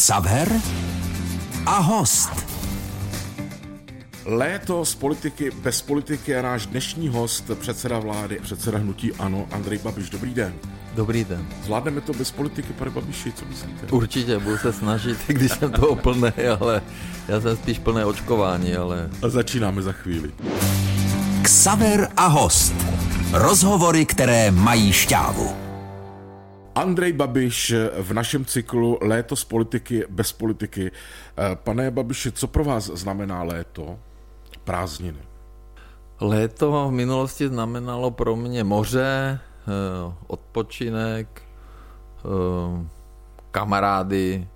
Xaver a host. Léto z politiky bez politiky a náš dnešní host, předseda vlády, předseda hnutí ANO, Andrej Babiš. Dobrý den. Dobrý den. Zvládneme to bez politiky, pane Babiši, co myslíte? Určitě, budu se snažit, když jsem toho plný, ale já jsem spíš plné očkování, ale... A začínáme za chvíli. Xaver a host. Rozhovory, které mají šťávu. Andrej Babiš v našem cyklu Léto z politiky bez politiky. Pane Babiši, co pro vás znamená léto? Prázdniny. Léto v minulosti znamenalo pro mě moře, odpočinek, kamarády,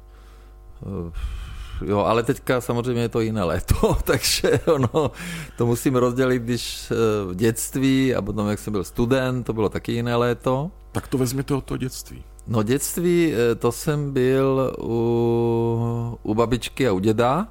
jo, ale teďka samozřejmě je to jiné léto, takže ono, to musím rozdělit, když v dětství a potom, jak jsem byl student, to bylo taky jiné léto. Tak to vezměte od toho dětství. No dětství, to jsem byl u babičky a u děda.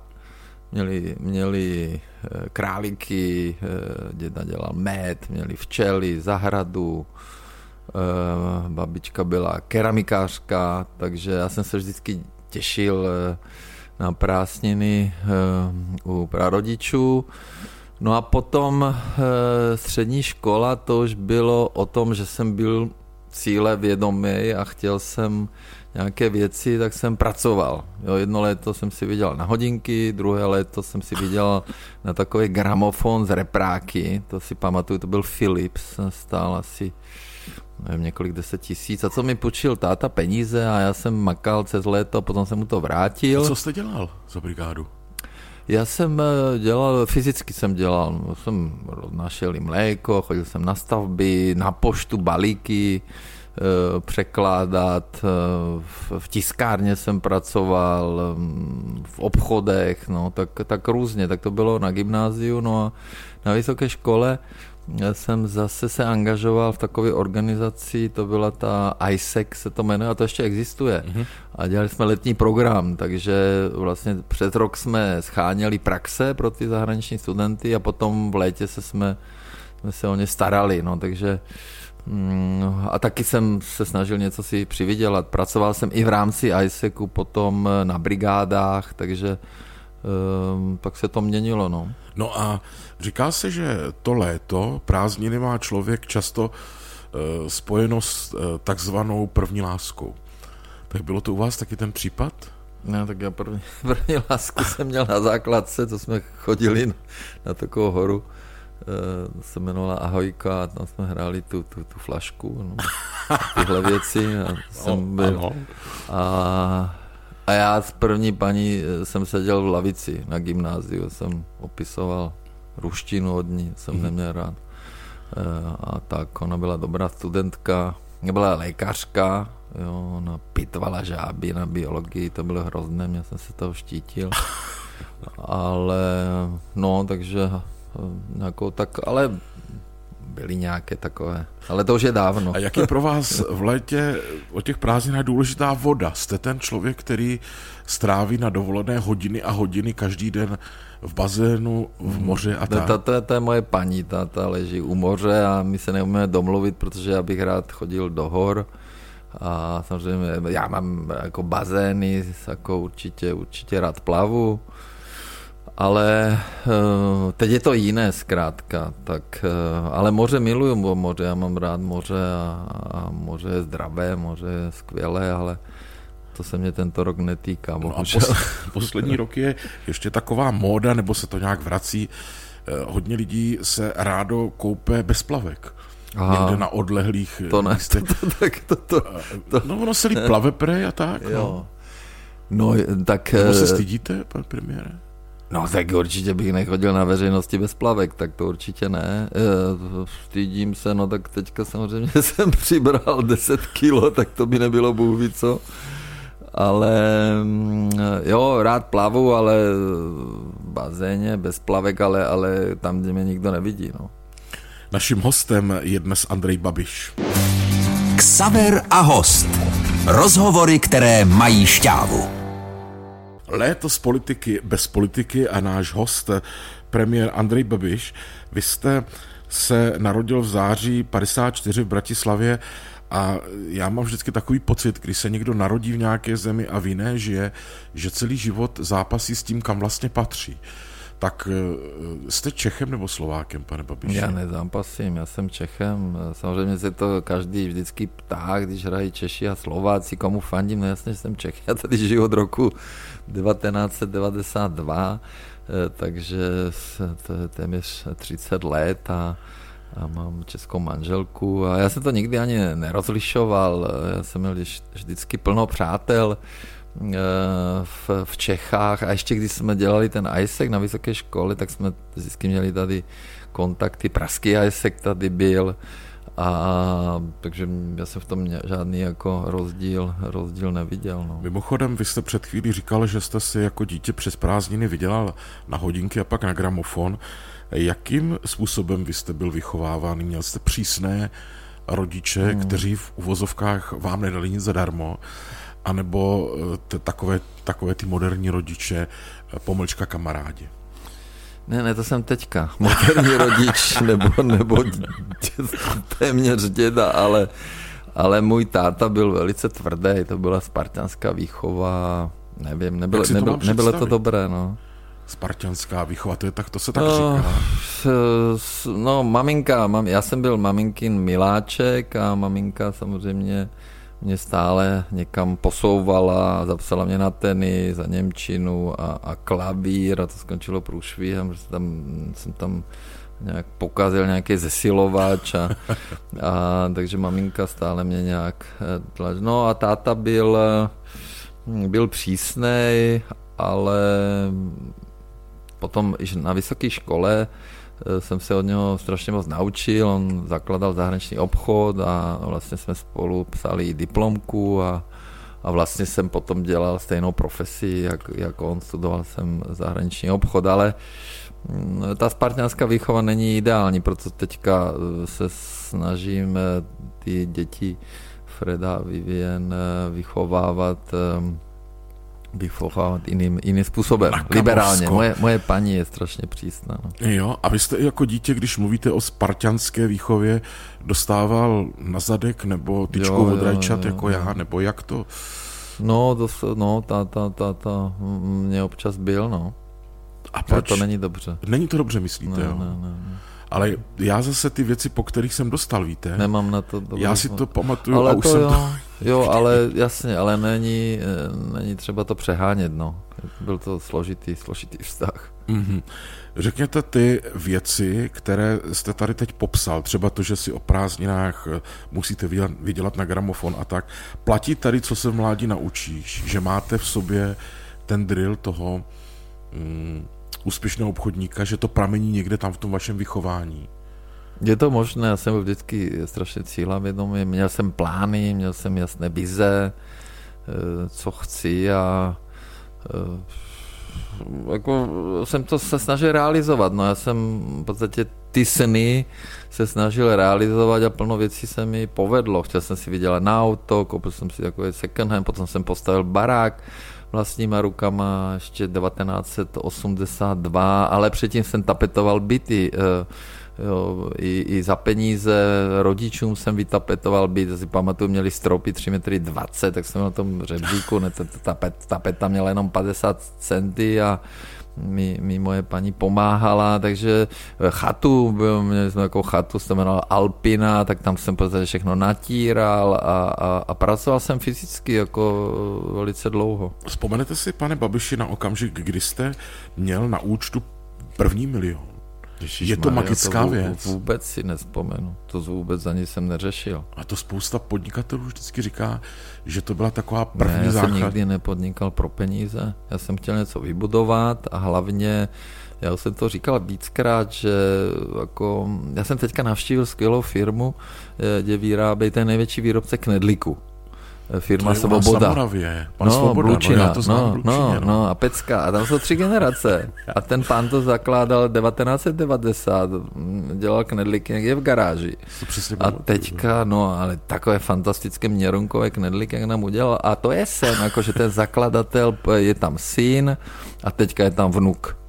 Měli králíky, děda dělal med, měli včely, zahradu, babička byla keramikářka, takže já jsem se vždycky těšil na prázdniny u prarodičů. No a potom střední škola, to už bylo o tom, že jsem byl cíle vědomý a chtěl jsem nějaké věci, tak jsem pracoval. Jo, jedno léto jsem si viděl na hodinky, druhé léto jsem si viděl na takový gramofon z repráky, to si pamatuju, to byl Philips, stál asi nevím, několik 10 000. A co mi půjčil táta peníze a já jsem makal přes léto, potom jsem mu to vrátil. A co jste dělal za brigádu? Já jsem dělal, fyzicky jsem dělal, jsem roznášel i mléko, chodil jsem na stavby, na poštu balíky překládat, v tiskárně jsem pracoval, v obchodech, no, tak různě, tak to bylo na gymnáziu, no a na vysoké škole jsem zase se angažoval v takové organizaci, to byla ta ISEC se to jmenuje a to ještě existuje. A dělali jsme letní program, takže vlastně před rok jsme scháněli praxe pro ty zahraniční studenty a potom v létě jsme se o ně starali, no, takže a taky jsem se snažil něco si přivydělat. Pracoval jsem i v rámci ISECu potom na brigádách, takže tak se to měnilo, no. No a říká se, že to léto, prázdniny má člověk často spojeno s takzvanou první láskou. Tak bylo to u vás taky ten případ? No, tak já první lásku jsem měl na základce, to jsme chodili na takovou horu, to se jmenovala Ahojka a tam jsme hráli tu flašku, no, tyhle věci. A jsem byl, a já s první paní jsem seděl v lavici na gymnáziu, jsem opisoval ruštinu od ní, jsem neměl rád. A tak, ona byla dobrá studentka, byla lékařka, jo, ona pitvala žáby na biologii, to bylo hrozné, já jsem se toho štítil. Ale, no, takže, jako, tak, ale byly nějaké takové, ale to už je dávno. A jak je pro vás v létě o těch prázdninách důležitá voda? Jste ten člověk, který stráví na dovolené hodiny a hodiny každý den v bazénu, v moři a tak? To je moje paní, ta leží u moře a my se neumíme domluvit, protože já bych rád chodil do hor a samozřejmě já mám jako bazény, jako určitě rád plavu. Ale teď je to jiné zkrátka, tak, ale moře miluju, moře, já mám rád moře a moře je zdravé, moře je skvělé, ale to se mě tento rok netýká, bohužel. No a poslední rok je ještě taková móda, nebo se to nějak vrací, hodně lidí se rádo koupe bez plavek. Aha, někde na odlehlých místech. No ono se líp plave prej a tak. Jo. No, tak... Nebo se stydíte, pan premiére? No tak určitě bych nechodil na veřejnosti bez plavek, tak to určitě ne. Stydím se, no tak teďka samozřejmě jsem přibral 10 kilo, tak to by nebylo bůh ví co. Ale jo, rád plavu, ale v bazéně bez plavek, ale tam, kde mě nikdo nevidí, no. Naším hostem je dnes Andrej Babiš. Xaver a host. Rozhovory, které mají šťávu. Léto z politiky bez politiky a náš host, premiér Andrej Babiš. Vy jste se narodil v září 54 v Bratislavě A já mám vždycky takový pocit, když se někdo narodí v nějaké zemi a v jiné žije, že celý život zápasí s tím, kam vlastně patří. Tak jste Čechem nebo Slovákem, pane Babiši? Já nezápasím, já jsem Čechem. Samozřejmě se to každý vždycky ptá, když hrají Češi a Slováci, komu fandím. No jasně, že jsem Čech. Já tady žiju od roku 1992, takže to je téměř 30 let a mám českou manželku a já jsem to nikdy ani nerozlišoval. Já jsem měl vždycky plno přátel v Čechách a ještě když jsme dělali ten ISEC na vysoké škole, tak jsme vždycky měli tady kontakty. Pražský ISEC tady byl a takže já jsem v tom žádný jako rozdíl neviděl. No. Mimochodem, vy jste před chvílí říkal, že jste si jako dítě přes prázdniny vydělal na hodinky a pak na gramofon. Jakým způsobem vy jste byl vychovávaný? Měl jste přísné rodiče, kteří v uvozovkách vám nedali nic zadarmo? A nebo takové ty moderní rodiče, pomlčka kamarádi? Ne, to jsem teďka. Moderní rodič, nebo téměř děda, ale můj táta byl velice tvrdý, to byla spartanská výchova, nevím, nebylo to dobré, no. Spartanská výchova, to se tak říká. No, maminka, já jsem byl maminkin miláček a maminka samozřejmě mě stále někam posouvala, zapsala mě na tenis, za němčinu a klavír a to skončilo průšvihem, protože jsem tam nějak pokazil nějaký zesilovač a takže maminka stále mě nějak tlačila. No a táta byl přísnej, ale potom i na vysoké škole jsem se od něho strašně moc naučil, on zakladal zahraniční obchod a vlastně jsme spolu psali diplomku a vlastně jsem potom dělal stejnou profesi, jako on, studoval jsem zahraniční obchod, ale ta spartanská výchova není ideální, proto teďka se snažím ty děti Freda a Vivien vychovávat jiným způsobem, liberálně. Moje paní je strašně přísná. No. Jo, a vy jste jako dítě, když mluvíte o spartanské výchově, dostával na zadek nebo tyčku od rajčat jako já, nebo jak to? No, ta mě občas byl, no. A proč? To není dobře. Není to dobře, myslíte, jo? Ne. Ale já zase ty věci, po kterých jsem dostal, víte? Nemám na to dobrý. Já si to pamatuju ale a už jsem to... Jo, ale jasně, ale není třeba to přehánět, no. Byl to složitý vztah. Mm-hmm. Řekněte ty věci, které jste tady teď popsal, třeba to, že si o prázdninách musíte vydělat na gramofon a tak. Platí tady, co se v mládí naučíš, že máte v sobě ten drill toho úspěšného obchodníka, že to pramení někde tam v tom vašem vychování? Je to možné, já jsem byl vždycky strašně cílevědomý, měl jsem plány, měl jsem jasné vize, co chci a jako jsem to se snažil realizovat, no já jsem v podstatě ty sny se snažil realizovat a plno věcí se mi povedlo, chtěl jsem si vydělat na auto, koupil jsem si takový second hand, potom jsem postavil barák vlastníma rukama ještě 1982, ale předtím jsem tapetoval byty, jo, i za peníze rodičům jsem vytapetoval byt, si pamatuju, měli stropy 3,20 m, tak jsem na tom řebříku, tapeta měla jenom 50 centy a mi moje paní pomáhala, takže měli jsme takovou chatu, se jmenovala Alpina, tak tam jsem prostě všechno natíral a pracoval jsem fyzicky jako velice dlouho. Vzpomenete si, pane Babiši, na okamžik, kdy jste měl na účtu první milion? Je to magická věc? Vůbec si nespomenu. To vůbec ani jsem neřešil. A to spousta podnikatelů vždycky říká, že to byla taková první já záchod. jsem nikdy nepodnikal pro peníze. Já jsem chtěl něco vybudovat a hlavně, já už jsem to říkal víckrát, že jako, já jsem teďka navštívil skvělou firmu, kde vyrábějí ten největší výrobce knedlíku. Firma Svoboda. Blučina. A Pecka. A tam jsou 3 generace. A ten pán to zakládal 1990. Dělal knedlíky někde v garáži. A teďka, ale takové fantastické měrunkové knedlíky, jak nám udělal. A to je sen, jakože ten zakladatel, je tam syn a teďka je tam vnuk.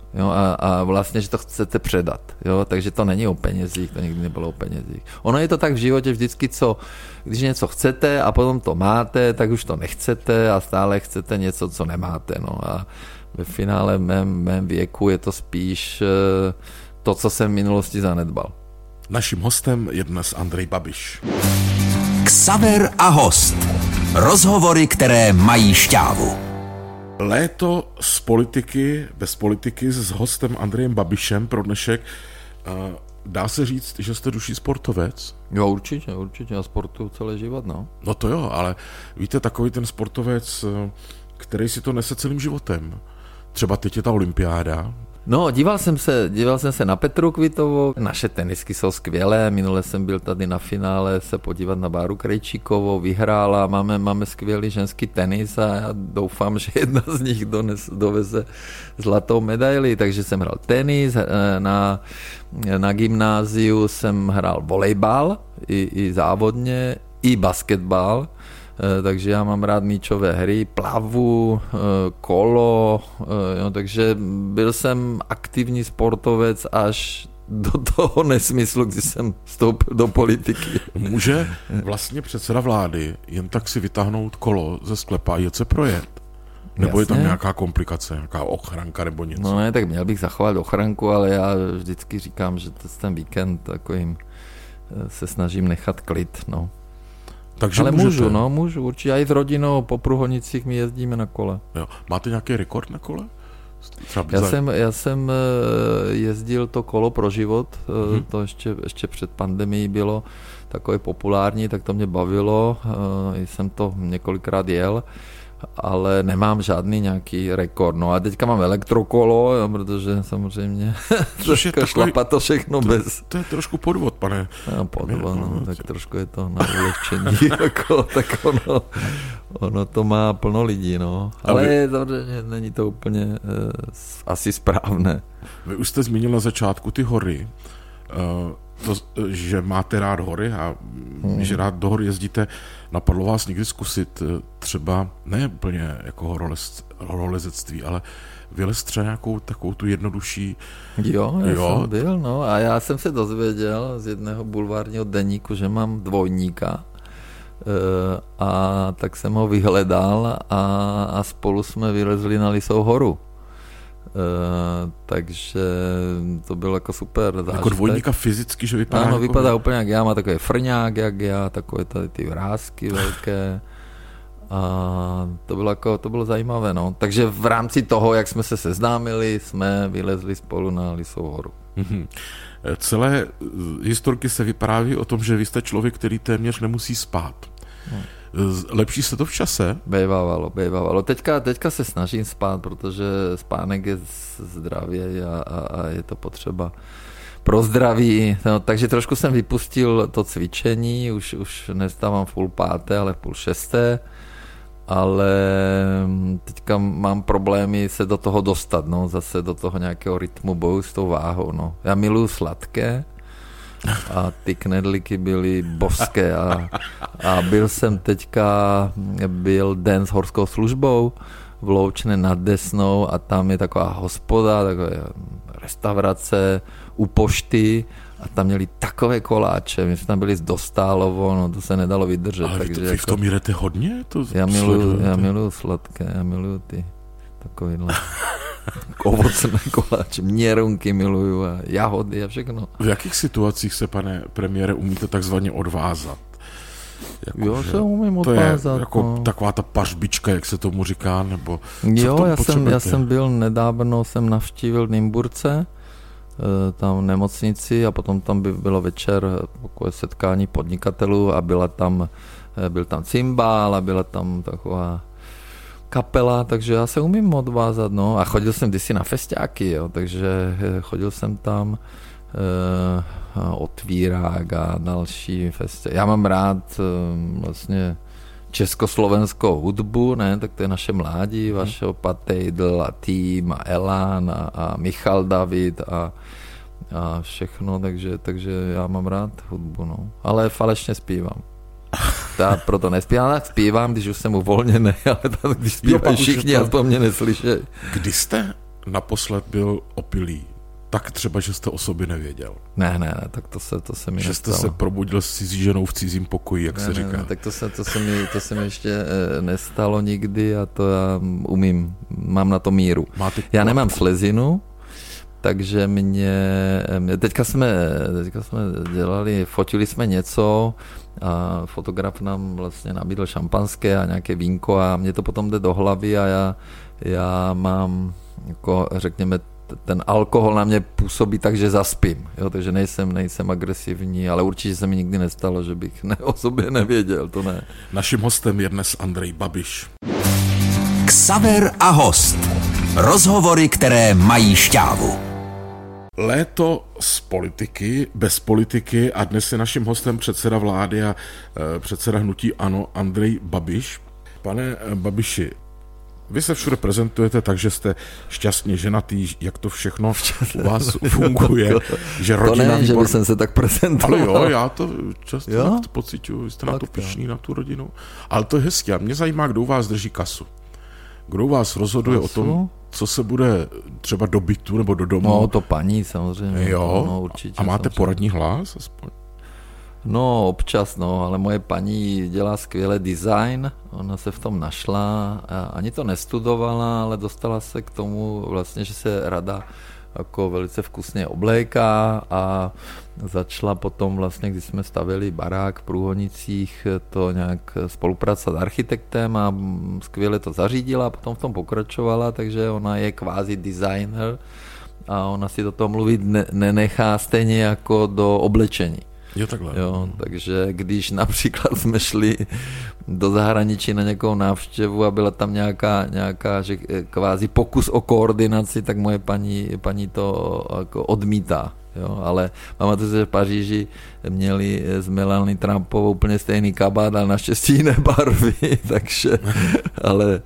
Jo, a vlastně, že to chcete předat. Jo, takže to není o penězích, to nikdy nebylo o penězích. Ono je to tak v životě vždycky, když něco chcete a potom to máte, tak už to nechcete a stále chcete něco, co nemáte. No. A ve finále v mém věku je to spíš to, co jsem v minulosti zanedbal. Naším hostem je dnes Andrej Babiš. Xaver a host. Rozhovory, které mají šťávu. Léto z politiky, bez politiky s hostem Andrejem Babišem pro dnešek. Dá se říct, že jste duší sportovec? Jo, určitě, já sportuju celý život, no. No to jo, ale víte, takový ten sportovec, který si to nese celým životem. Třeba teď je ta olympiáda. No, díval jsem se na Petru Kvitovou, naše tenisky jsou skvělé, minule jsem byl tady na finále se podívat na Báru Krejčíkovou, vyhrála, máme skvělý ženský tenis a já doufám, že jedna z nich doveze zlatou medaili, takže jsem hrál tenis, na gymnáziu jsem hrál volejbal, i závodně, i basketbal. Takže já mám rád míčové hry, plavu, kolo, jo, takže byl jsem aktivní sportovec až do toho nesmyslu, kdy jsem vstoupil do politiky. Může vlastně předseda vlády jen tak si vytáhnout kolo ze sklepa a jet se projet? Nebo jasně. Je tam nějaká komplikace, nějaká ochranka nebo něco? No ne, tak měl bych zachovat ochranku, ale já vždycky říkám, že ten víkend takovým se snažím nechat klid, no. Takže ale můžu, určitě. I s rodinou po Průhonicích my jezdíme na kole. Jo. Máte nějaký rekord na kole? Já jsem jezdil to kolo pro život, to ještě před pandemií bylo takové populární, tak to mě bavilo, jsem to několikrát jel, ale nemám žádný nějaký rekord. No a teďka mám elektrokolo, jo, protože samozřejmě šlapat to všechno bez... To je trošku podvod, pane. No, podvod, no, tak trošku je to na ulehčení. Tak ono to má plno lidí, no. Ale samozřejmě není to úplně asi správné. Vy už jste zmínil na začátku ty hory. To, že máte rád hory a že rád do hor jezdíte, napadlo vás někdy zkusit třeba, ne úplně jako horolezectví, ale vylez třeba nějakou takovou tu jednodušší... Jo, jsem byl, no a já jsem se dozvěděl z jedného bulvárního deníku, že mám dvojníka a tak jsem ho vyhledal a spolu jsme vylezli na Lisou horu. Takže to bylo jako super zážitek. Jako dvojníka fyzicky, že vypadá? Ano, jako... vypadá úplně jak já, má takový frňák jak já, takové tady ty vrásky velké a to bylo zajímavé, no. Takže v rámci toho, jak jsme se seznámili, jsme vylezli spolu na Lisou horu. Celé historky se vypráví o tom, že vy jste člověk, který téměř nemusí spát. Lepší se to v čase? Bejvávalo. Teďka se snažím spát, protože spánek je zdravě a je to potřeba pro zdraví. No, takže trošku jsem vypustil to cvičení, už nestávám v 5:30, ale v 5:30, ale teďka mám problémy se do toho dostat, no, zase do toho nějakého rytmu boju s tou váhou. No. Já miluju sladké, a ty knedlíky byly božské a byl den s horskou službou v Loučné nad Desnou a tam je taková hospoda, taková restaurace u pošty a tam měli takové koláče, my jsme tam byli s Dostálovou, no to se nedalo vydržet. Ale takže vy v tom jdete hodně? Já miluju sladké, já miluju ty takovýhle ovocné koláče, měrunky miluju a jahody a všechno. V jakých situacích se, pane premiére, umíte takzvaně odvázat? Jo, se umím odvázat. To je jako taková ta pařbička, jak se tomu říká, nebo jo, já jsem byl nedávno, jsem navštívil Nymburce, tam v nemocnici a potom tam bylo večer takové setkání podnikatelů a byl tam cymbál a byla tam taková kapela, takže já se umím odvázat, no. A chodil jsem kdysi na festiáky, jo, takže chodil jsem tam Otvírák a další festiáky. Já mám rád vlastně československou hudbu, ne, tak to je naše mládí, vašeho Patejdl a Tým a Elán a Michal David a všechno, takže já mám rád hudbu, no. Ale falešně zpívám. Já proto nespívám, tak zpívám, když už jsem uvolněný, ale když zpívají všichni, aspoň mě neslyšejí. Kdy jste naposled byl opilý, tak třeba, že jste o sobě nevěděl. Ne, tak to se mi že nestalo. Jste se probudil s cizí ženou v cizím pokoji, jak se říká. Ne, tak to se mi ještě nestalo nikdy a to já mám na to míru. Já nemám slezinu, takže teďka jsme fotili jsme něco a fotograf nám vlastně nabídl šampanské a nějaké vínko a mě to potom jde do hlavy a já mám, jako řekněme, ten alkohol na mě působí tak, že zaspím. Jo? Takže nejsem agresivní, ale určitě se mi nikdy nestalo, že bych o sobě nevěděl, to ne. Naším hostem je dnes Andrej Babiš. Xaver a host. Rozhovory, které mají šťávu. Léto z politiky, bez politiky a dnes je naším hostem předseda vlády a předseda hnutí ANO Andrej Babiš. Pane Babiši, vy se všude prezentujete tak, že jste šťastně ženatý, jak to všechno u vás funguje. Že rodina to ne, že bych se tak prezentoval. Ale jo, já to často tak pocituju, jste na to pyšný, na tu rodinu. Ale to je hezké. A mě zajímá, kdo u vás drží kasu. Kdo u vás rozhoduje o tom, co se bude třeba do bytu nebo do domu? No, to paní samozřejmě. Jo, no, určitě, a máte samozřejmě poradní hlas aspoň? No, občas, ale moje paní dělá skvělý design, ona se v tom našla, ani to nestudovala, ale dostala se k tomu vlastně, že se rada jako velice vkusně obléká a začala potom vlastně, když jsme stavili barák v Průhonicích, to nějak spolupracovat s architektem a skvěle to zařídila a potom v tom pokračovala, takže ona je kvázi designer a ona si do toho mluvit nenechá stejně jako do oblečení. Jo, takhle. Jo, takže když například jsme šli do zahraničí na nějakou návštěvu a byla tam nějaká že kvázi pokus o koordinaci, tak moje paní to jako odmítá. Jo, ale pamatuju, že v Paříži měli s Melanie Trumpovou úplně stejný kabát, ale naštěstí jiné barvy, takže, ale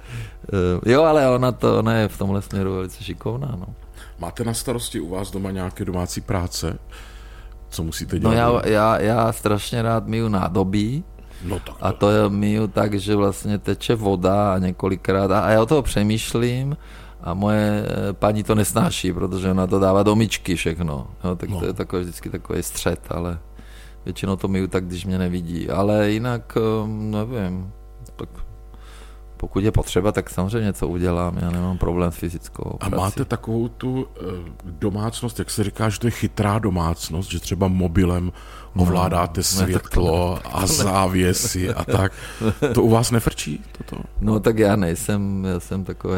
ona je v tomhle směru velice šikovná. No. Máte na starosti u vás doma nějaké domácí práce? Co musíte dělat? No já strašně rád myju nádobí. No tak a to myju tak, že vlastně teče voda a několikrát a já o toho přemýšlím a moje paní to nesnáší, protože ona to dává do myčky všechno. Jo, tak to je takový, vždycky takový střet, ale většinou to myju tak, když mě nevidí. Ale jinak, nevím, tak pokud je potřeba, tak samozřejmě něco udělám, já nemám problém s fyzickou prací. A máte takovou tu domácnost, jak se říká, že to je chytrá domácnost, že třeba mobilem ovládáte světlo a závěsy a tak. To u vás nefrčí toto? No tak já jsem takový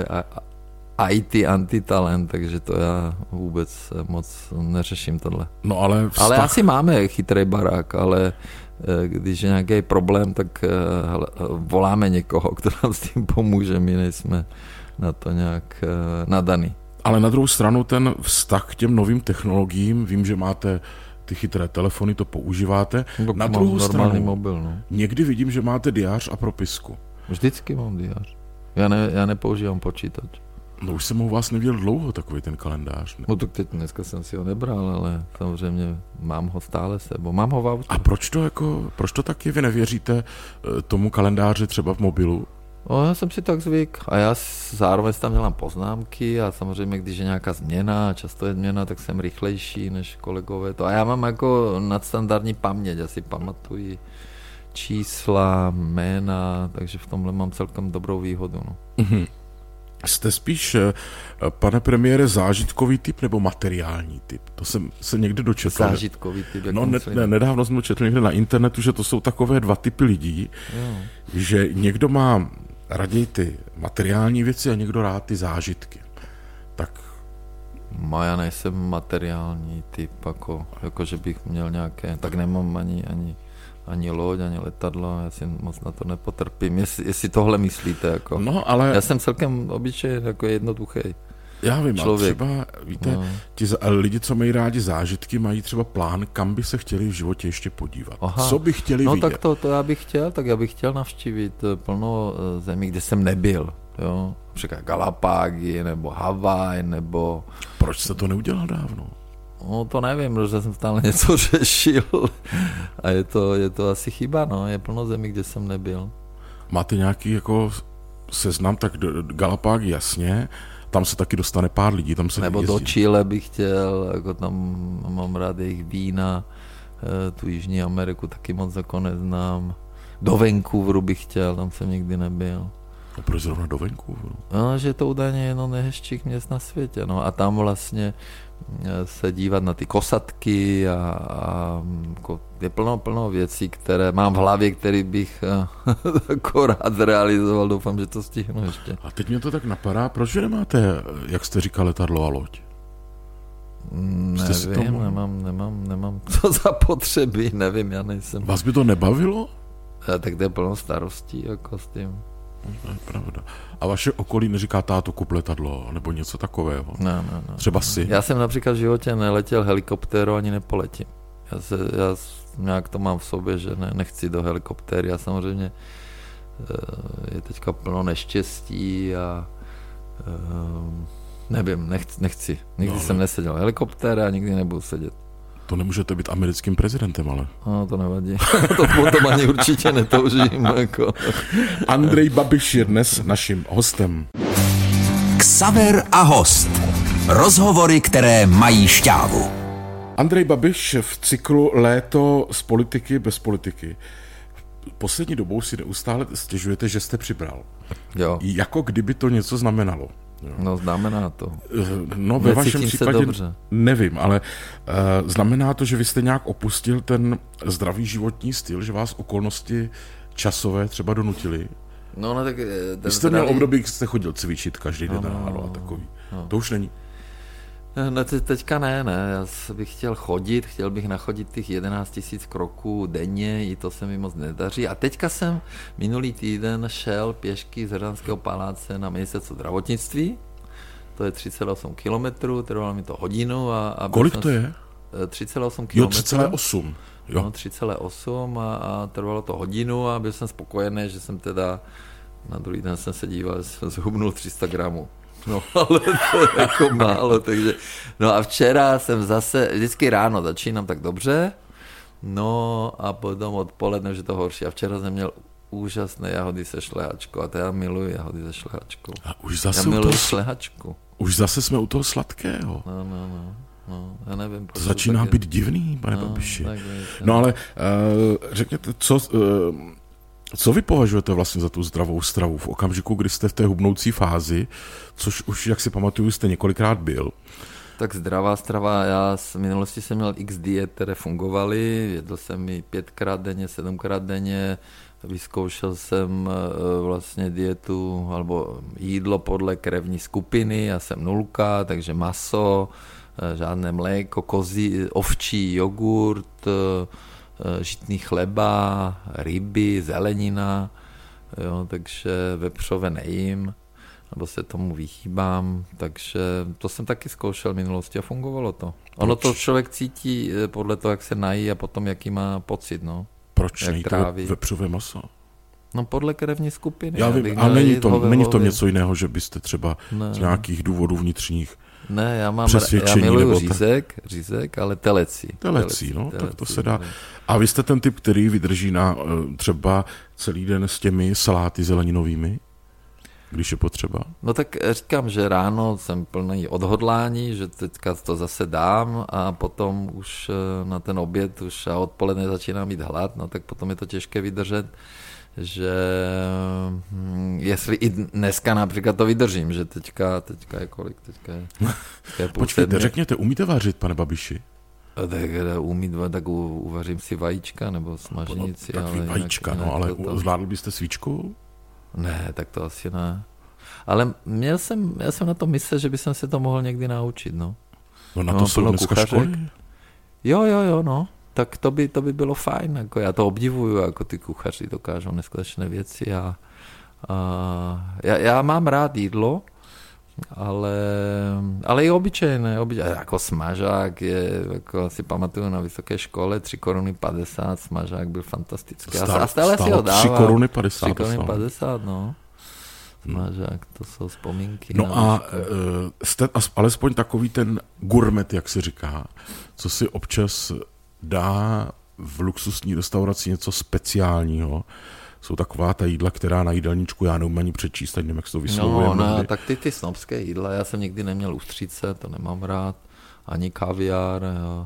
IT antitalent, takže to já vůbec moc neřeším tohle. No ale asi máme chytrý barák, ale když je nějaký problém, tak voláme někoho, kdo nám s tím pomůže, my nejsme na to nějak nadaný. Ale na druhou stranu ten vztah k těm novým technologiím, vím, že máte ty chytré telefony, to používáte. Na druhou stranu mobil, někdy vidím, že máte diář a propisku. Vždycky mám diář. Já nepoužívám počítač. No už jsem u vás neviděl dlouho takový ten kalendář. Ne? No tak teď dneska jsem si ho nebral, ale samozřejmě mám ho stále sebou. Mám ho v autě. A proč to taky vy nevěříte tomu kalendáři třeba v mobilu? No, já jsem si tak zvyk a já zároveň tam dělám poznámky a samozřejmě, když je nějaká změna, často je změna, tak jsem rychlejší než kolegové. A já mám jako nadstandardní paměť, já si pamatuji čísla, jména, takže v tomhle mám celkem dobrou výhodu. No. Mm-hmm. Jste spíš, pane premiére, zážitkový typ nebo materiální typ? To jsem se někdy dočetl. Zážitkový typ. Nedávno jsem četl někde na internetu, že to jsou takové dva typy lidí, že někdo má raději ty materiální věci a někdo rád ty zážitky. Tak. Já nejsem materiální typ, jako že bych měl nějaké, tak nemám ani loď, ani letadlo, já si moc na to nepotrpím, jestli tohle myslíte. Jako. No, ale... Já jsem celkem obyčejný, jako jednoduchý. Já vím, člověk. A třeba, víte, ti lidi, co mají rádi zážitky, mají třeba plán, kam by se chtěli v životě ještě podívat. Aha. Co by chtěli vidět. No tak to já bych chtěl, já bych chtěl navštívit plno zemí, kde jsem nebyl. Jo? Například Galapágy, nebo Havaj, nebo... Proč jste to neudělal dávno? No to nevím, protože jsem stále něco řešil a je to asi chyba, je plno zemí, kde jsem nebyl. Máte nějaký jako seznam, tak Galapágy jasně, tam se taky dostane pár lidí, tam se nebo jezdí. do Chile bych chtěl, jako tam mám rád jejich vína, tu Jižní Ameriku taky moc jako neznám. Do Vancouveru bych chtěl, tam jsem nikdy nebyl. A proč zrovna do Vancouveru? No, že to údajně je jedno nejhezčích měst na světě, no a tam vlastně se dívat na ty kosatky a je plno věcí, které mám v hlavě, které bych jako rád zrealizoval. Doufám, že to stihnu ještě. A teď mě to tak napadá, proč nemáte, jak jste říkal, letadlo a loď? Nevím, nemám to zapotřebí, nevím, já nejsem. Vás by to nebavilo? Tak to je plno starostí jako s tím. To je pravda. A vaše okolí neříká táto kup letadlo, nebo něco takového? No. Třeba si. Já jsem například v životě neletěl helikoptéru, ani nepoletím. Já nějak to mám v sobě, že nechci do helikoptéry a samozřejmě je teďka plno neštěstí a nevím, nechci. Nikdy jsem neseděl v helikoptéře a nikdy nebudu sedět. To nemůžete být americkým prezidentem, ale. No, to nevadí. To potom ani určitě netoužím. Jako. Andrej Babiš je dnes naším hostem. Xaver a host. Rozhovory, které mají šťávu. Andrej Babiš v cyklu Léto z politiky bez politiky. Poslední dobou si neustále stěžujete, že jste přibral. Jo. Jako kdyby to něco znamenalo. Jo. No, znamená to. No, ve vašem případě nevím, ale znamená to, že vy jste nějak opustil ten zdravý životní styl, že vás okolnosti časové třeba donutily? No, tak vy jste měl období, kdy jste chodil cvičit každý den ráno a takový. No. To už není. No, teďka ne, já bych chtěl bych nachodit těch 11 000 kroků denně, i to se mi moc nedaří. A teďka jsem minulý týden šel pěšky z Hradčanského paláce na ministerstvo zdravotnictví, to je 3,8 kilometrů, trvalo mi to hodinu. Kolik to je? 3,8 kilometrů. Jo, 3,8. Jo. No, 3,8 a trvalo to hodinu a byl jsem spokojený, že jsem teda, na druhý den jsem se díval, jsem zhubnul 300 gramů. No, ale to je jako málo, takže... No a včera jsem zase, vždycky ráno začínám tak dobře, no a potom odpoledne už je to horší. A včera jsem měl úžasné jahody se šlehačkou a to já miluji jahody se šlehačkou. A už zase já miluji šlehačku. Už zase jsme u toho sladkého. No, já nevím. To začíná být divný, pane Babiši. No ale řekněte, co vy považujete vlastně za tu zdravou stravu v okamžiku, kdy jste v té hubnoucí fázi, což už, jak si pamatuju, jste několikrát byl? Tak zdravá strava, já v minulosti jsem měl x diet, které fungovaly, jedl jsem i 5krát denně, 7krát denně, vyzkoušel jsem vlastně dietu, alebo jídlo podle krevní skupiny, já jsem 0, takže maso, žádné mléko, ovčí jogurt, žitný chleba, ryby, zelenina, jo, takže vepřové nejím, nebo se tomu vyhýbám, takže to jsem taky zkoušel v minulosti a fungovalo to. Ono to člověk cítí podle toho, jak se nají a potom, jaký má pocit, no. Proč nejíte vepřové maso? No podle krevní skupiny. Já vím, ale není to něco jiného, že byste třeba z nějakých důvodů vnitřních ne, já miluji řízek, ale telecí, no, tak to se dá. A vy jste ten typ, který vydrží na třeba celý den s těmi saláty zeleninovými, když je potřeba? No tak říkám, že ráno jsem plný odhodlání, že teďka to zase dám a potom už na ten oběd už a odpoledne začínám mít hlad, no tak potom je to těžké vydržet, že jestli i dneska například to vydržím, že teďka je kolik, teďka je Počkejte, řekněte, umíte vařit, pane Babiši? Tak uvařím si vajíčka nebo smažnici. No, tak vajíčka, jinak, ale zvládl byste svíčku? Ne, tak to asi ne. Ale já jsem na to myslel, že bych se to mohl někdy naučit, no. No na to jsou dneska školy? Jo, no. Tak to by bylo fajn, jako já to obdivuju, jako ty kuchaři dokážou neskutečné věci a já mám rád jídlo, ale i obyčejné, jako smažák je, jako si pamatuju na vysoké škole, 3,50 Kč, smažák byl fantastický. A stále si ho dával. 3,50 Kč, no. Smažák, to jsou vzpomínky. No a jste alespoň takový ten gurmet, jak se říká, co si občas dá v luxusní restauraci něco speciálního, jsou taková ta jídla, která na jídelníčku já neumím ani přečíst, tak nevím, jak se to vyslovuje. No, tak ty snobské jídla, já jsem nikdy neměl ústřice, to nemám rád, ani kaviár.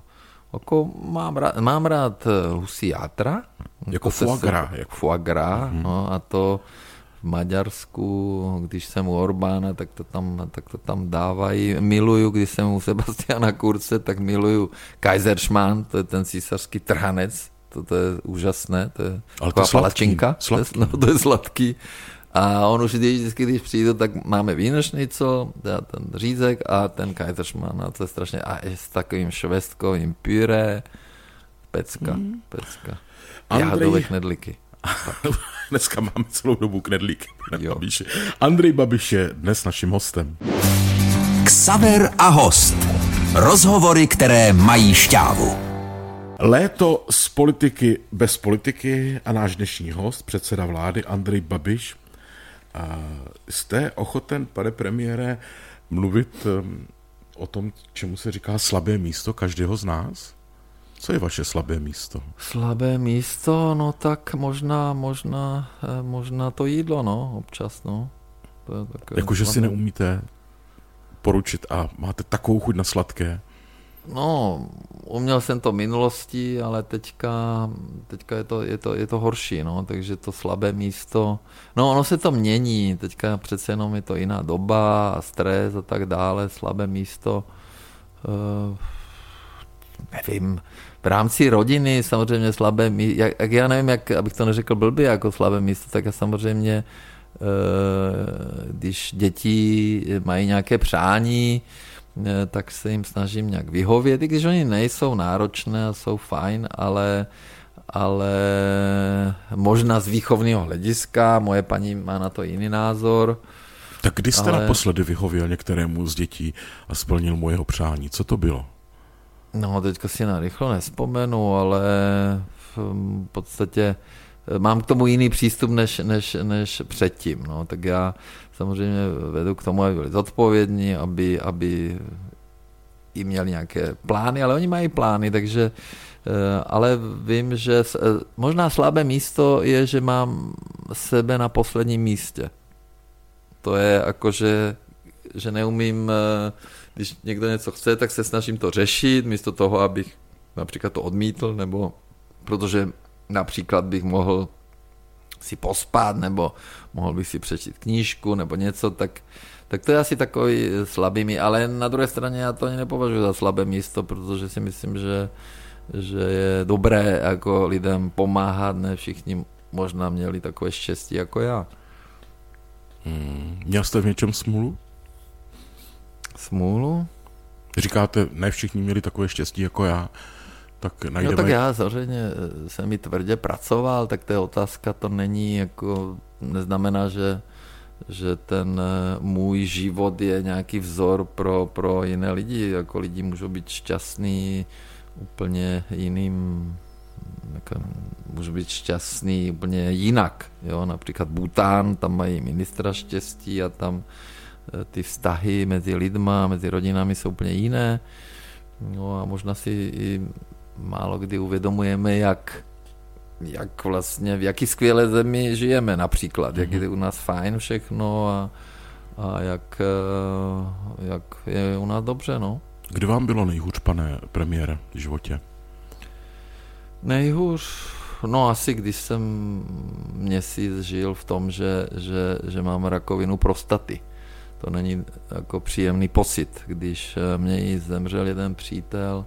Mám rád husí játra. Jako foie gras. Foie gras, no, a to v Maďarsku, když jsem u Orbána, tak to tam dávají. Miluju, když jsem u Sebastiana Kurze, tak miluju Kaiserschmarrn, to je ten císařský trhanec, to je úžasné, to je taková palačinka, to je sladký. A on už vždycky, když přijde, tak máme vínešnico, ten řízek a ten Kaiserschmarrn, a to je strašně, a je s takovým švestkovým pyré, pecka. Jahodové knedlíky. Dneska máme celou dobu knedlíky. Andrej Babiš je dnes naším hostem. Xaver a host. Rozhovory, které mají šťávu. Léto z politiky bez politiky a náš dnešní host, předseda vlády Andrej Babiš. Jste ochoten, pane premiére, mluvit o tom, čemu se říká slabé místo každého z nás? Co je vaše slabé místo? Slabé místo, no tak možná to jídlo, no, občas, no. Jakože si neumíte poručit a máte takovou chuť na sladké? No, uměl jsem to v minulosti, ale teďka je to horší, no, takže to slabé místo, no ono se to mění, teďka přece jenom je to jiná doba a stres a tak dále, slabé místo, nevím, v rámci rodiny samozřejmě slabé místo, já nevím, abych to neřekl blbě jako slabé místo, tak já samozřejmě, když děti mají nějaké přání, tak se jim snažím nějak vyhovět, i když oni nejsou náročné a jsou fajn, ale možná z výchovného hlediska, moje paní má na to jiný názor. Tak kdy jste naposledy vyhověl některému z dětí a splnil mu jeho přání? Co to bylo? No, teďka si narychlo nespomenu, ale v podstatě mám k tomu jiný přístup než předtím. No. Tak já samozřejmě vedu k tomu, aby byli zodpovědní, aby i měli nějaké plány, ale oni mají plány, takže ale vím, že možná slabé místo je, že mám sebe na posledním místě. To je jako, že neumím, když někdo něco chce, tak se snažím to řešit, místo toho, abych například to odmítl, nebo protože například bych mohl si pospat, nebo mohl bych si přečíst knížku, nebo něco, tak to je asi takový slabý, ale na druhé straně já to ani nepovažuji za slabé místo, protože si myslím, že je dobré jako lidem pomáhat, ne všichni možná měli takové štěstí jako já. Měl jste v něčem smůlu? Smůlu? Říkáte, ne všichni měli takové štěstí jako já. Tak najdeme... No tak já samozřejmě jsem i tvrdě pracoval, tak to je otázka, to není jako, neznamená, že ten můj život je nějaký vzor pro jiné lidi, jako lidi můžou být šťastní úplně jiným, jako, můžou být šťastní úplně jinak, jo, například Bhútán, tam mají ministra štěstí a tam ty vztahy mezi lidma, mezi rodinami jsou úplně jiné, no a možná si i málo kdy uvědomujeme, jak vlastně, v jaký skvělé zemi žijeme například, jak je u nás fajn všechno a jak je u nás dobře, no. Kdy vám bylo nejhůř, pane premiére, v životě? Nejhůř? No asi, když jsem měsíc žil v tom, že mám rakovinu prostaty. To není jako příjemný pocit, když mě jí zemřel jeden přítel,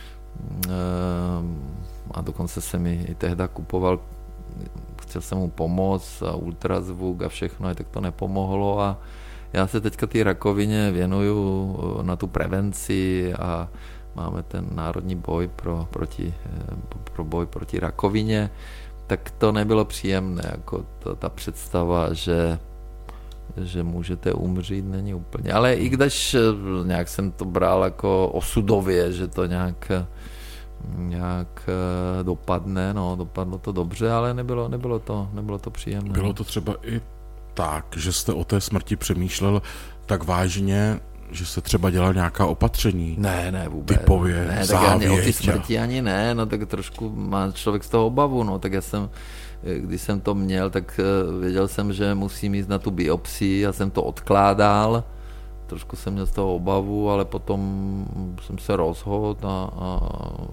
a dokonce jsem mi i tehda kupoval, chtěl jsem mu pomoct a ultrazvuk a všechno, a tak to nepomohlo a já se teďka té rakovině věnuju na tu prevenci a máme ten národní boj pro boj proti rakovině, tak to nebylo příjemné, jako ta představa, že můžete umřít, není úplně. Ale i když nějak jsem to bral jako osudově, že to nějak dopadne, no, dopadlo to dobře, ale nebylo to příjemné. Bylo to třeba i tak, že jste o té smrti přemýšlel tak vážně, že se třeba dělal nějaká opatření? Ne, vůbec. Typově, ne, tak o ty smrti ani ne, no tak trošku má člověk z toho obavu, no tak já jsem když jsem to měl, tak věděl jsem, že musím jít na tu biopsii, já jsem to odkládal, trošku jsem měl z toho obavu, ale potom jsem se rozhodl a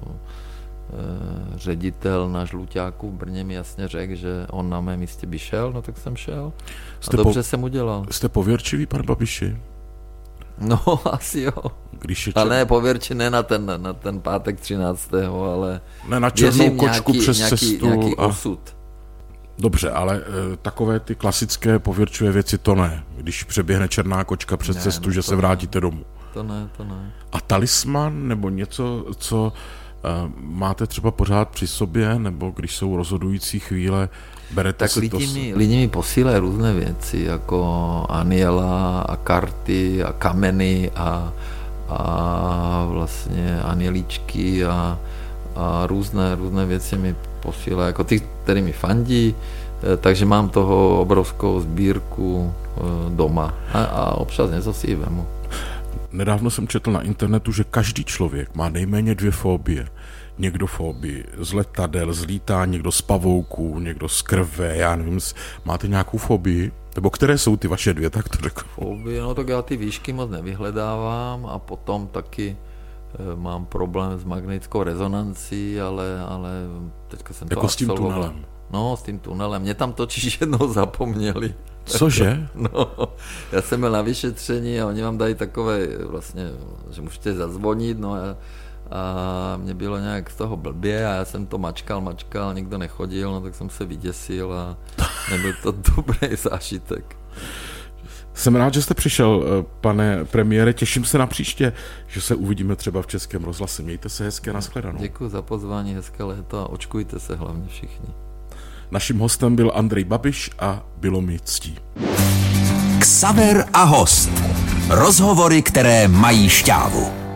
ředitel na Žluťáku v Brně mi jasně řekl, že on na mém místě by šel, no tak jsem šel a dobře jsem udělal. Jste pověrčivý, pan Babiši? No, asi jo. Ale ne pověrči, ne na ten pátek 13., ale ne na černou kočku přes cestu. Nějaký osud. Dobře, ale takové ty klasické pověrčivé věci to ne. Když přeběhne černá kočka přes cestu, že se vrátíte domů. To ne. A talisman nebo něco, co máte třeba pořád při sobě, nebo když jsou rozhodující chvíle, berete tak se to... Lidi mi posílají různé věci, jako aniela a karty a kameny a vlastně anieličky a různé věci mi posílají, jako ty, který mi fandí, takže mám toho obrovskou sbírku doma a občas něco si ji vemu. Nedávno jsem četl na internetu, že každý člověk má nejméně 2 fobie. Někdo fobii z letadel, z lítání, někdo z pavouků, někdo z krve, já nevím, máte nějakou fobii? Nebo které jsou ty vaše 2, tak to řeknu. Fobie, no tak já ty výšky moc nevyhledávám a potom taky mám problém s magnetickou rezonancí, ale teďka jsem jako to s tím tunelem. No, s tím tunelem. Mě tam totiž jednou zapomněli. Cože? No, já jsem byl na vyšetření a oni vám dají takové vlastně, že můžete zazvonit, no a mě bylo nějak z toho blbě a já jsem to mačkal, nikdo nechodil, no tak jsem se vyděsil a nebyl to dobrý zážitek. Jsem rád, že jste přišel, pane premiére, těším se na příště, že se uvidíme třeba v Českém rozhlase. Mějte se hezké, nashledanou. Děkuji za pozvání, hezké léto a očkujte se hlavně všichni. Naším hostem byl Andrej Babiš a bylo mi ctí. Xaver a host. Rozhovory, které mají šťávu.